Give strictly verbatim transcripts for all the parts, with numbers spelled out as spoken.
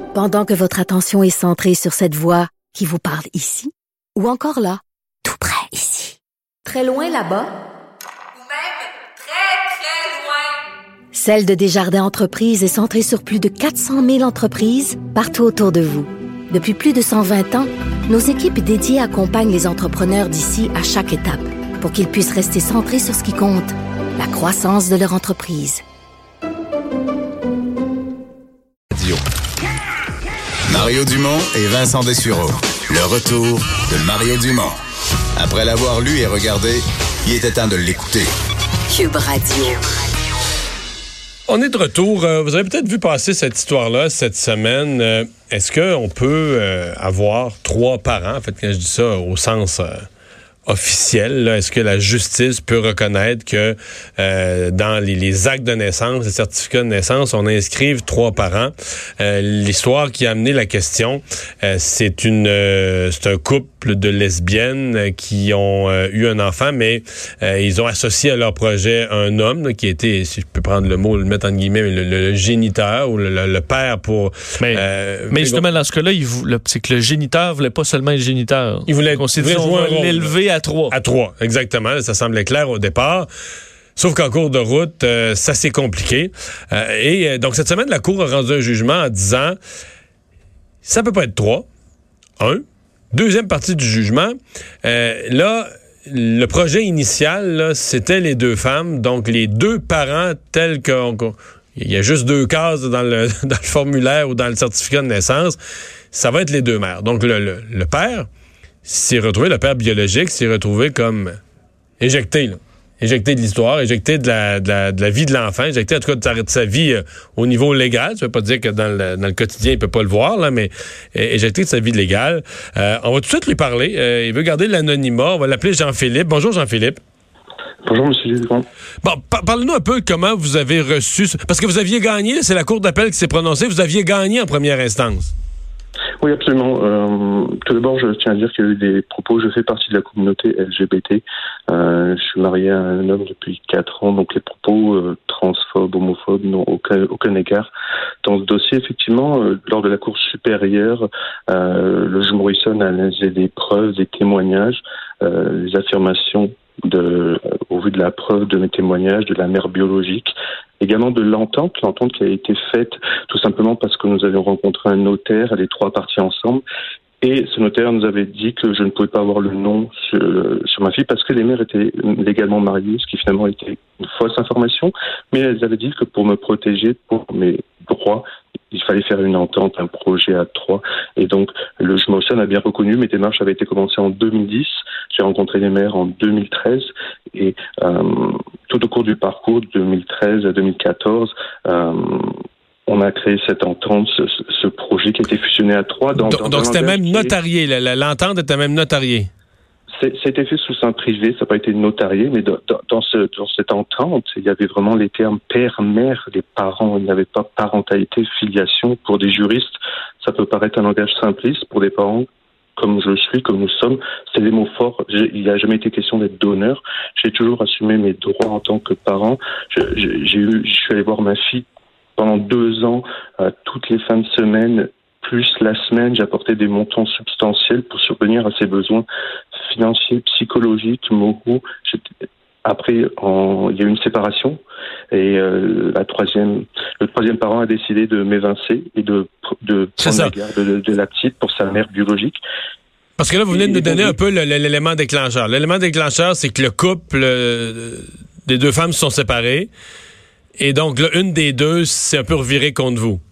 Pendant que votre attention est centrée sur cette voix qui vous parle ici, ou encore là, tout près ici, très loin là-bas, ou même très, très loin. Celle de Desjardins Entreprises est centrée sur plus de quatre cent mille entreprises partout autour de vous. Depuis plus de cent vingt ans, nos équipes dédiées accompagnent les entrepreneurs d'ici à chaque étape pour qu'ils puissent rester centrés sur ce qui compte, la croissance de leur entreprise. Mario Dumont et Vincent Dessureau. Le retour de Mario Dumont. Après l'avoir lu et regardé, il était temps de l'écouter. Cube Radio. On est de retour. Vous avez peut-être vu passer cette histoire-là cette semaine. Est-ce qu'on peut euh, avoir trois parents? En fait, quand je dis ça au sens... Euh officiel, là, est-ce que la justice peut reconnaître que euh, dans les, les actes de naissance, les certificats de naissance, on inscrive trois parents? Euh, l'histoire qui a amené la question, euh, c'est une, euh, c'est un couple de lesbiennes qui ont euh, eu un enfant, mais euh, ils ont associé à leur projet un homme là, qui était, si je peux prendre le mot, le mettre en guillemets, le, le, le géniteur ou le, le, le père pour... Mais, euh, mais justement, dans ce cas-là, il voulait, c'est que le géniteur voulait pas seulement être géniteur. Il voulait, on s'est voulait dit, on va l'élever à trois. À trois, exactement. Ça semblait clair au départ. Sauf qu'en cours de route, euh, ça s'est compliqué. Euh, et euh, donc, cette semaine, la Cour a rendu un jugement en disant ça peut pas être trois. Un. Deuxième partie du jugement, euh, là, le projet initial, là, c'était les deux femmes, donc les deux parents tels qu'on... qu'on il y a juste deux cases dans le, dans le formulaire ou dans le certificat de naissance. Ça va être les deux mères. Donc, le, le, le père s'est retrouvé, le père biologique s'est retrouvé comme éjecté, là. Éjecté de l'histoire, éjecté de la, de la, de la vie de l'enfant, éjecté en tout cas de sa, de sa vie euh, au niveau légal. Ça veut pas dire que dans le, dans le quotidien, il peut pas le voir, là, mais euh, éjecté de sa vie légale. Euh, on va tout de suite lui parler. Euh, il veut garder l'anonymat. On va l'appeler Jean-Philippe. Bonjour, Jean-Philippe. Bonjour, M. Dupont. Bon, par- parle-nous un peu de comment vous avez reçu... Parce que vous aviez gagné, c'est la Cour d'appel qui s'est prononcée, vous aviez gagné en première instance. Oui, absolument. Euh, tout d'abord, je tiens à dire qu'il y a eu des propos. Je fais partie de la communauté L G B T. Euh, je suis marié à un homme depuis quatre ans, donc les propos euh, transphobes, homophobes n'ont aucun, aucun égard. Dans ce dossier, effectivement, euh, lors de la Cour supérieure, euh, le juge Morrison a analysé des preuves, des témoignages, euh, les affirmations de, euh, au vu de la preuve de mes témoignages, de la mère biologique, également de l'entente, l'entente qui a été faite tout simplement parce que nous avions rencontré un notaire, les trois parties ensemble, et ce notaire nous avait dit que je ne pouvais pas avoir le nom sur, sur ma fille parce que les mères étaient légalement mariées, ce qui finalement était une fausse information, mais elles avaient dit que pour me protéger, pour mes droits, il fallait faire une entente, un projet à trois. Et donc, le juge Morrison a bien reconnu, mes démarches avaient été commencées en deux mille dix. J'ai rencontré les maires en deux mille treize. Et euh, tout au cours du parcours, de deux mille treize à deux mille quatorze, euh, on a créé cette entente, ce, ce projet qui a été fusionné à trois. Dans, donc, dans donc c'était même est... notarié. La, la, l'entente était même notariée. C'était fait sous sein privé, ça n'a pas été notarié, mais dans, dans, ce, dans cette entente, il y avait vraiment les termes père, mère, les parents. Il n'y avait pas parentalité, filiation. Pour des juristes, ça peut paraître un langage simpliste. Pour des parents, comme je suis, comme nous sommes, c'est des mots forts. J'ai, il n'y a jamais été question d'être donneur. J'ai toujours assumé mes droits en tant que parent. Je, je, j'ai eu, je suis allé voir ma fille pendant deux ans, euh, toutes les fins de semaine, plus la semaine, j'apportais des montants substantiels pour subvenir à ses besoins financiers, psychologiques, moraux. J'étais... Après, en... il y a eu une séparation et euh, la troisième, le troisième parent a décidé de m'évincer et de, de prendre la garde de, de la petite pour sa mère biologique. Parce que là, vous venez de nous donner un peu le, l'élément déclencheur. L'élément déclencheur, c'est que le couple euh, des deux femmes se sont séparés et donc là, une des deux s'est un peu revirée contre vous.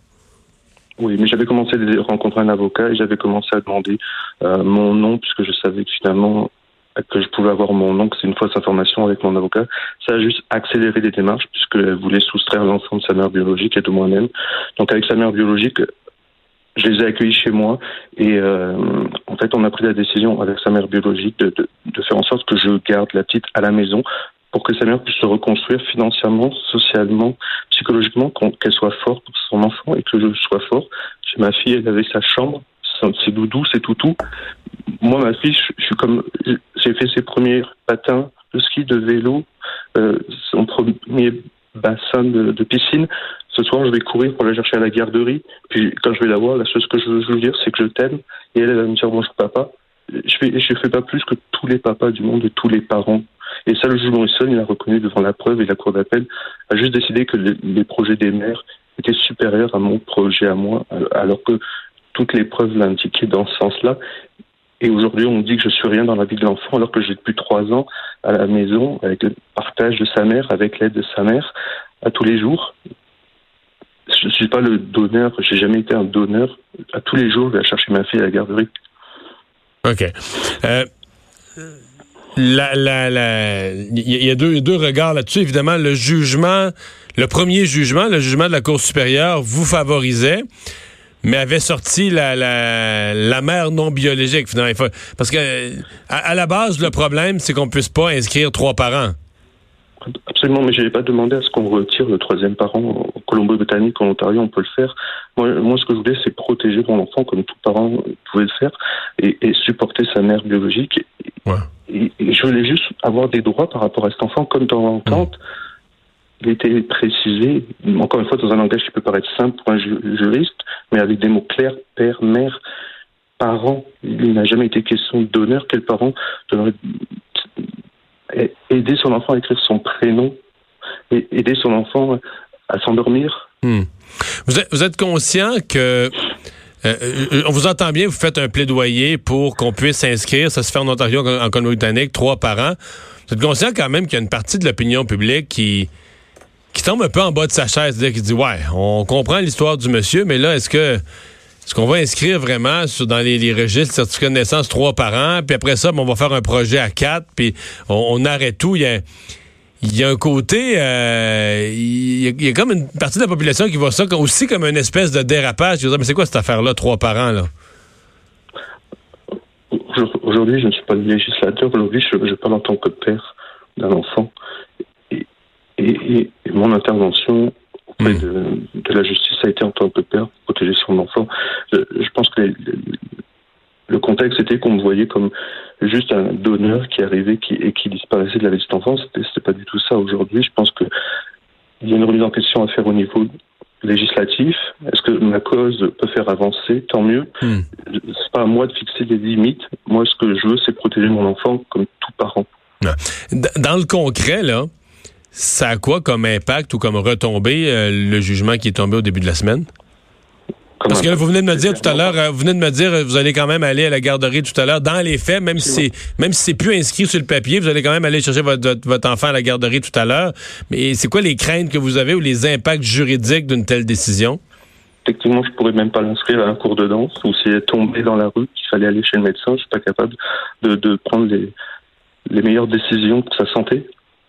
Oui, mais j'avais commencé à rencontrer un avocat et j'avais commencé à demander euh, mon nom, puisque je savais que finalement que je pouvais avoir mon nom, que c'est une fausse information avec mon avocat. Ça a juste accéléré les démarches, puisqu'elle voulait soustraire l'enfant de sa mère biologique et de moi-même. Donc avec sa mère biologique, je les ai accueillis chez moi et euh, en fait on a pris la décision avec sa mère biologique de, de, de faire en sorte que je garde la petite à la maison pour que sa mère puisse se reconstruire financièrement, socialement, psychologiquement, qu'elle soit forte pour son enfant et que je sois fort. Chez ma fille, elle avait sa chambre, ses doudous, ses toutous. Moi, ma fille, je, je suis comme, j'ai fait ses premiers patins de ski, de vélo, euh, son premier bassin de, de piscine. Ce soir, je vais courir pour la chercher à la garderie. Puis quand je vais la voir, la chose que je veux lui dire, c'est que je t'aime. Et elle, elle va me dire bonjour papa. Je fais, je fais pas plus que tous les papas du monde et tous les parents. Et ça, le juge Morrison, il a reconnu devant la preuve et la cour d'appel a juste décidé que les, les projets des mères étaient supérieurs à mon projet à moi, alors que toutes les preuves l'indiquaient dans ce sens-là. Et aujourd'hui, on me dit que je suis rien dans la vie de l'enfant, alors que j'ai depuis trois ans à la maison, avec le partage de sa mère, avec l'aide de sa mère, à tous les jours. Je ne suis pas le donneur, j'ai jamais été un donneur. À tous les jours, je vais chercher ma fille à la garderie. OK. Euh, la, la, la, il y a deux, deux regards là-dessus. Évidemment, le jugement, le premier jugement, le jugement de la Cour supérieure, vous favorisait, mais avait sorti la, la, la mère non biologique, finalement. Parce que, à, à la base, le problème, c'est qu'on ne puisse pas inscrire trois parents. Absolument, mais je n'ai pas demandé à ce qu'on retire le troisième parent. En Colombie-Britannique, en Ontario, on peut le faire. Moi, moi, ce que je voulais, c'est protéger mon enfant comme tout parent pouvait le faire et, et supporter sa mère biologique. Ouais. Et, et je voulais juste avoir des droits par rapport à cet enfant, comme dans l'entente. Mmh. Il était précisé, encore une fois, dans un langage qui peut paraître simple pour un ju- juriste, mais avec des mots clairs, père, mère, parent. Il n'a jamais été question de donneur. Quel parent devrait aider son enfant à écrire son prénom et aider son enfant à s'endormir? Mmh. Vous êtes, vous êtes conscient que... Euh, on vous entend bien, vous faites un plaidoyer pour qu'on puisse s'inscrire, ça se fait en Ontario, en Colombie-Britannique, trois parents. Vous êtes conscient quand même qu'il y a une partie de l'opinion publique qui... qui tombe un peu en bas de sa chaise, c'est-à-dire qui dit, ouais, on comprend l'histoire du monsieur, mais là, est-ce que est-ce qu'on va inscrire vraiment sur, dans les, les registres certificat de naissance trois parents, puis après ça, ben, on va faire un projet à quatre, puis on, on arrête tout. Il y a, il y a un côté, euh, il, y a, il y a comme une partie de la population qui voit ça aussi comme une espèce de dérapage. Qui dit, mais c'est quoi cette affaire-là, trois parents, là? Aujourd'hui, je ne suis pas le législateur. Aujourd'hui, je, je parle en tant que père d'un enfant. Et, et, et mon intervention auprès mmh. de, de la justice a été en tant que père pour protéger son enfant. Je, je pense que les, les, le contexte était qu'on me voyait comme juste un donneur qui arrivait qui, et qui disparaissait de la vie de cet enfant. C'était, c'était pas du tout ça. Aujourd'hui, je pense que il y a une remise en question à faire au niveau législatif. Est-ce que ma cause peut faire avancer? Tant mieux. Mmh. C'est pas à moi de fixer des limites. Moi, ce que je veux, c'est protéger mon enfant comme tout parent. Dans le concret, là, ça a quoi comme impact ou comme retombée euh, le jugement qui est tombé au début de la semaine? Comment? Parce que là, vous venez de me dire tout à l'heure, euh, vous venez de me dire, vous allez quand même aller à la garderie tout à l'heure. Dans les faits, même si c'est, même si c'est plus inscrit sur le papier, vous allez quand même aller chercher votre, votre, votre enfant à la garderie tout à l'heure. Mais c'est quoi les craintes que vous avez ou les impacts juridiques d'une telle décision? Effectivement, je pourrais même pas l'inscrire à un cours de danse, ou si elle est tombée dans la rue, qu'il fallait aller chez le médecin, je suis pas capable de, de prendre les, les meilleures décisions pour sa santé.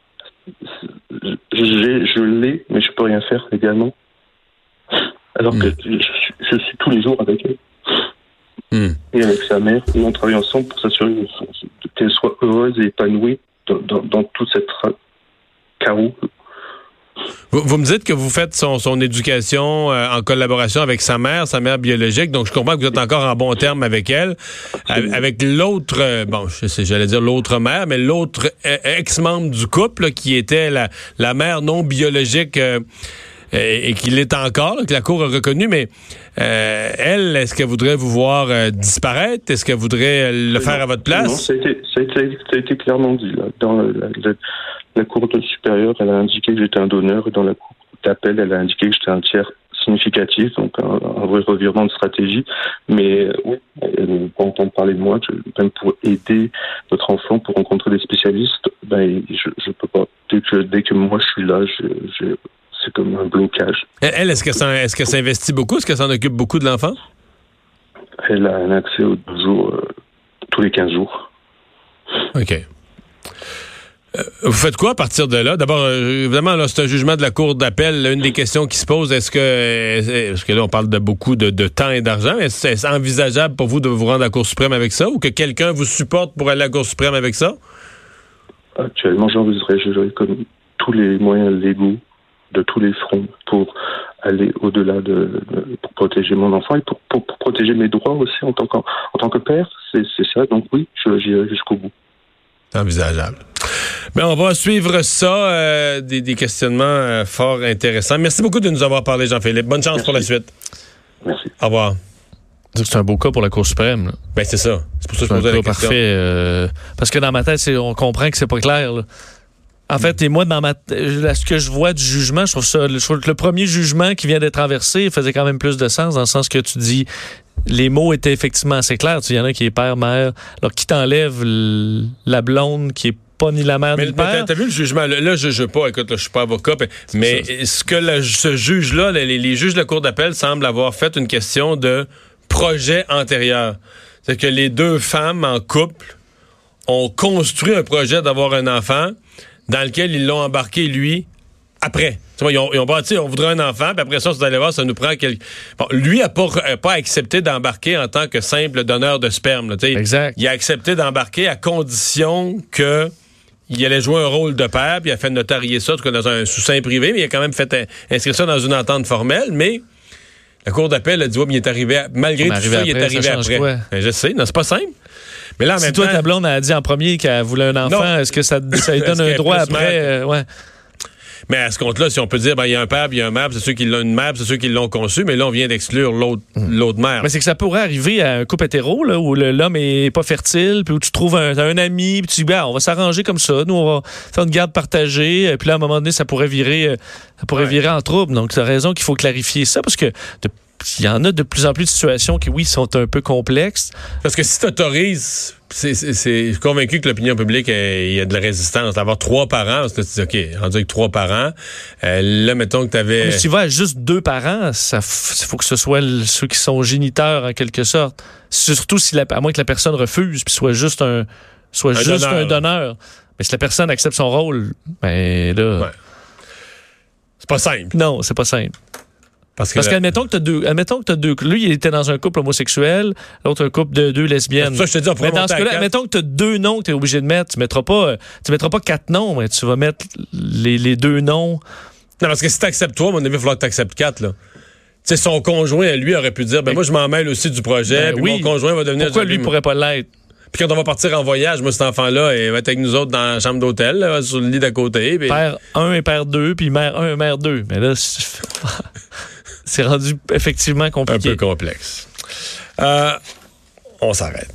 Je, je, je l'ai, mais je peux rien faire légalement. Alors mmh. que je, je suis tous les jours avec elle. Mmh. Et avec sa mère, et on travaille ensemble pour s'assurer qu'elle soit heureuse et épanouie dans, dans, dans tout cette chaos. Vous, vous me dites que vous faites son, son éducation euh, en collaboration avec sa mère, sa mère biologique, donc je comprends que vous êtes encore en bon terme avec elle. Absolument. Avec l'autre, euh, bon, je sais, j'allais dire l'autre mère, mais l'autre euh, ex-membre du couple, là, qui était la, la mère non biologique euh, et, et qui l'est encore, là, que la Cour a reconnu, mais euh, elle, est-ce qu'elle voudrait vous voir euh, disparaître? Est-ce qu'elle voudrait le non, faire à votre place? Non, ça a été, ça a été, ça a été clairement dit, là, dans la, la, la Cour supérieure, elle a indiqué que j'étais un donneur, et dans la Cour d'appel, elle a indiqué que j'étais un tiers significatif, donc un, un vrai revirement de stratégie. Mais euh, oui, elle ne veut pas entendre parler de moi, je, même pour aider votre enfant, pour rencontrer des spécialistes, ben, je ne peux pas. Dès que, dès que moi je suis là, je, je, c'est comme un blocage. Elle, est-ce qu'elle, est-ce qu'elle s'investit beaucoup? Est-ce qu'elle s'en occupe beaucoup de l'enfant? Elle a un accès aux deux jours, euh, tous les quinze jours. OK. Euh, vous faites quoi à partir de là? D'abord, euh, évidemment, là, c'est un jugement de la Cour d'appel. Là, une des questions qui se pose, est-ce que, parce que là, on parle de beaucoup de, de temps et d'argent, est-ce que c'est envisageable pour vous de vous rendre à la Cour suprême avec ça ou que quelqu'un vous supporte pour aller à la Cour suprême avec ça? Actuellement, j'envisagerais, j'aurais comme tous les moyens légaux de tous les fronts pour aller au-delà de, de pour protéger mon enfant et pour, pour, pour protéger mes droits aussi en tant que, en tant que père. C'est, c'est ça. Donc oui, je, j'irai jusqu'au bout. Envisageable. Mais on va suivre ça, euh, des, des questionnements euh, fort intéressants. Merci beaucoup de nous avoir parlé, Jean-Philippe. Bonne chance Merci. pour la suite. Merci. Au revoir. C'est un beau cas pour la Cour suprême. Là. Ben c'est ça. C'est pour ça que je C'est un posais cas la question. parfait. euh, parce que dans ma tête, c'est, on comprend que c'est pas clair. Là. En fait, et moi, dans ma, là, ce que je vois du jugement, je trouve ça, je trouve que le premier jugement qui vient d'être renversé faisait quand même plus de sens, dans le sens que tu dis, les mots étaient effectivement assez clairs. Il y en a qui est père, mère. Alors, qui t'enlève l- la blonde qui est pas ni la mère Mais, ni le mais père? t'as, t'as vu le jugement? Là, là, je ne juge pas. Écoute, là, je suis pas avocat. Mais ce que le- ce juge-là, les, les juges de la Cour d'appel semblent avoir fait une question de projet antérieur. C'est que les deux femmes en couple ont construit un projet d'avoir un enfant dans lequel ils l'ont embarqué, lui, après. Tu vois, ils ont, ils ont bâti, on voudrait un enfant, puis après ça, vous allez voir, ça nous prend quelque... Bon, lui n'a pas, a pas accepté d'embarquer en tant que simple donneur de sperme. Là, exact. Il a accepté d'embarquer à condition que il allait jouer un rôle de père, puis il a fait notarier ça, en tout cas dans un sous-seing privé, mais il a quand même fait un, inscrire ça dans une entente formelle, mais la Cour d'appel a dit, ouais, mais il est arrivé, à, malgré tout ça, il est arrivé ça change après. quoi? Ben, je sais, non, c'est pas simple. Mais là, en Si même toi, temps, ta blonde a dit en premier qu'elle voulait un enfant, Non. est-ce que ça, ça lui Est-ce donne qu'elle un droit est plus après? mère? euh, ouais. mais à ce compte-là, si on peut dire, ben, il y a un père, puis il y a un mère, puis c'est ceux qui l'ont une mère, puis c'est ceux qui l'ont conçu, mais là, on vient d'exclure l'autre, l'autre mère. Mais c'est que ça pourrait arriver à un couple hétéro, là, où le- l'homme est pas fertile, puis où tu trouves un, un ami, puis tu dis, ben, on va s'arranger comme ça, nous, on va faire une garde partagée, puis là, à un moment donné, ça pourrait virer, euh, ça pourrait Ouais. virer en trouble. Donc, tu as raison qu'il faut clarifier ça, parce que de- il y en a de plus en plus de situations qui, oui, sont un peu complexes. Parce que si tu autorises, c'est, c'est, c'est, je suis convaincu que l'opinion publique, euh, il y a de la résistance. D'avoir trois parents, parce que tu dis, OK, rendu avec trois parents, euh, là, mettons que tu avais... Mais si tu vas à juste deux parents, ça f- faut que ce soit le- ceux qui sont géniteurs, en quelque sorte. Surtout si la, à moins que la personne refuse, puis soit juste un, soit Un juste donneur. un donneur. Mais si la personne accepte son rôle, ben là... Ouais. C'est pas simple. Non, c'est pas simple. Parce que, Parce qu'admettons que t'as deux, admettons que t'as deux, lui, il était dans un couple homosexuel, l'autre un couple de deux lesbiennes. C'est ça, je te dis, on pourrait Mais dans monter ce à cas-là, quatre. admettons que t'as deux noms que t'es obligé de mettre, tu mettras pas, tu mettras pas quatre noms, mais tu vas mettre les, les deux noms. Non, parce que si t'acceptes trois, à mon avis, il va falloir que t'acceptes quatre, là. Tu sais, son conjoint, lui, aurait pu dire, ben, Mais- moi, je m'en mêle aussi du projet, Ben puis oui. mon conjoint va devenir... Pourquoi lui pourrait pas l'être? Puis quand on va partir en voyage, moi, cet enfant-là, il va être avec nous autres dans la chambre d'hôtel, là, sur le lit d'à côté. Puis... Père un et père deux, puis mère un et mère deux. Mais là, c'est, c'est rendu effectivement Un compliqué. peu complexe. Euh, on s'arrête.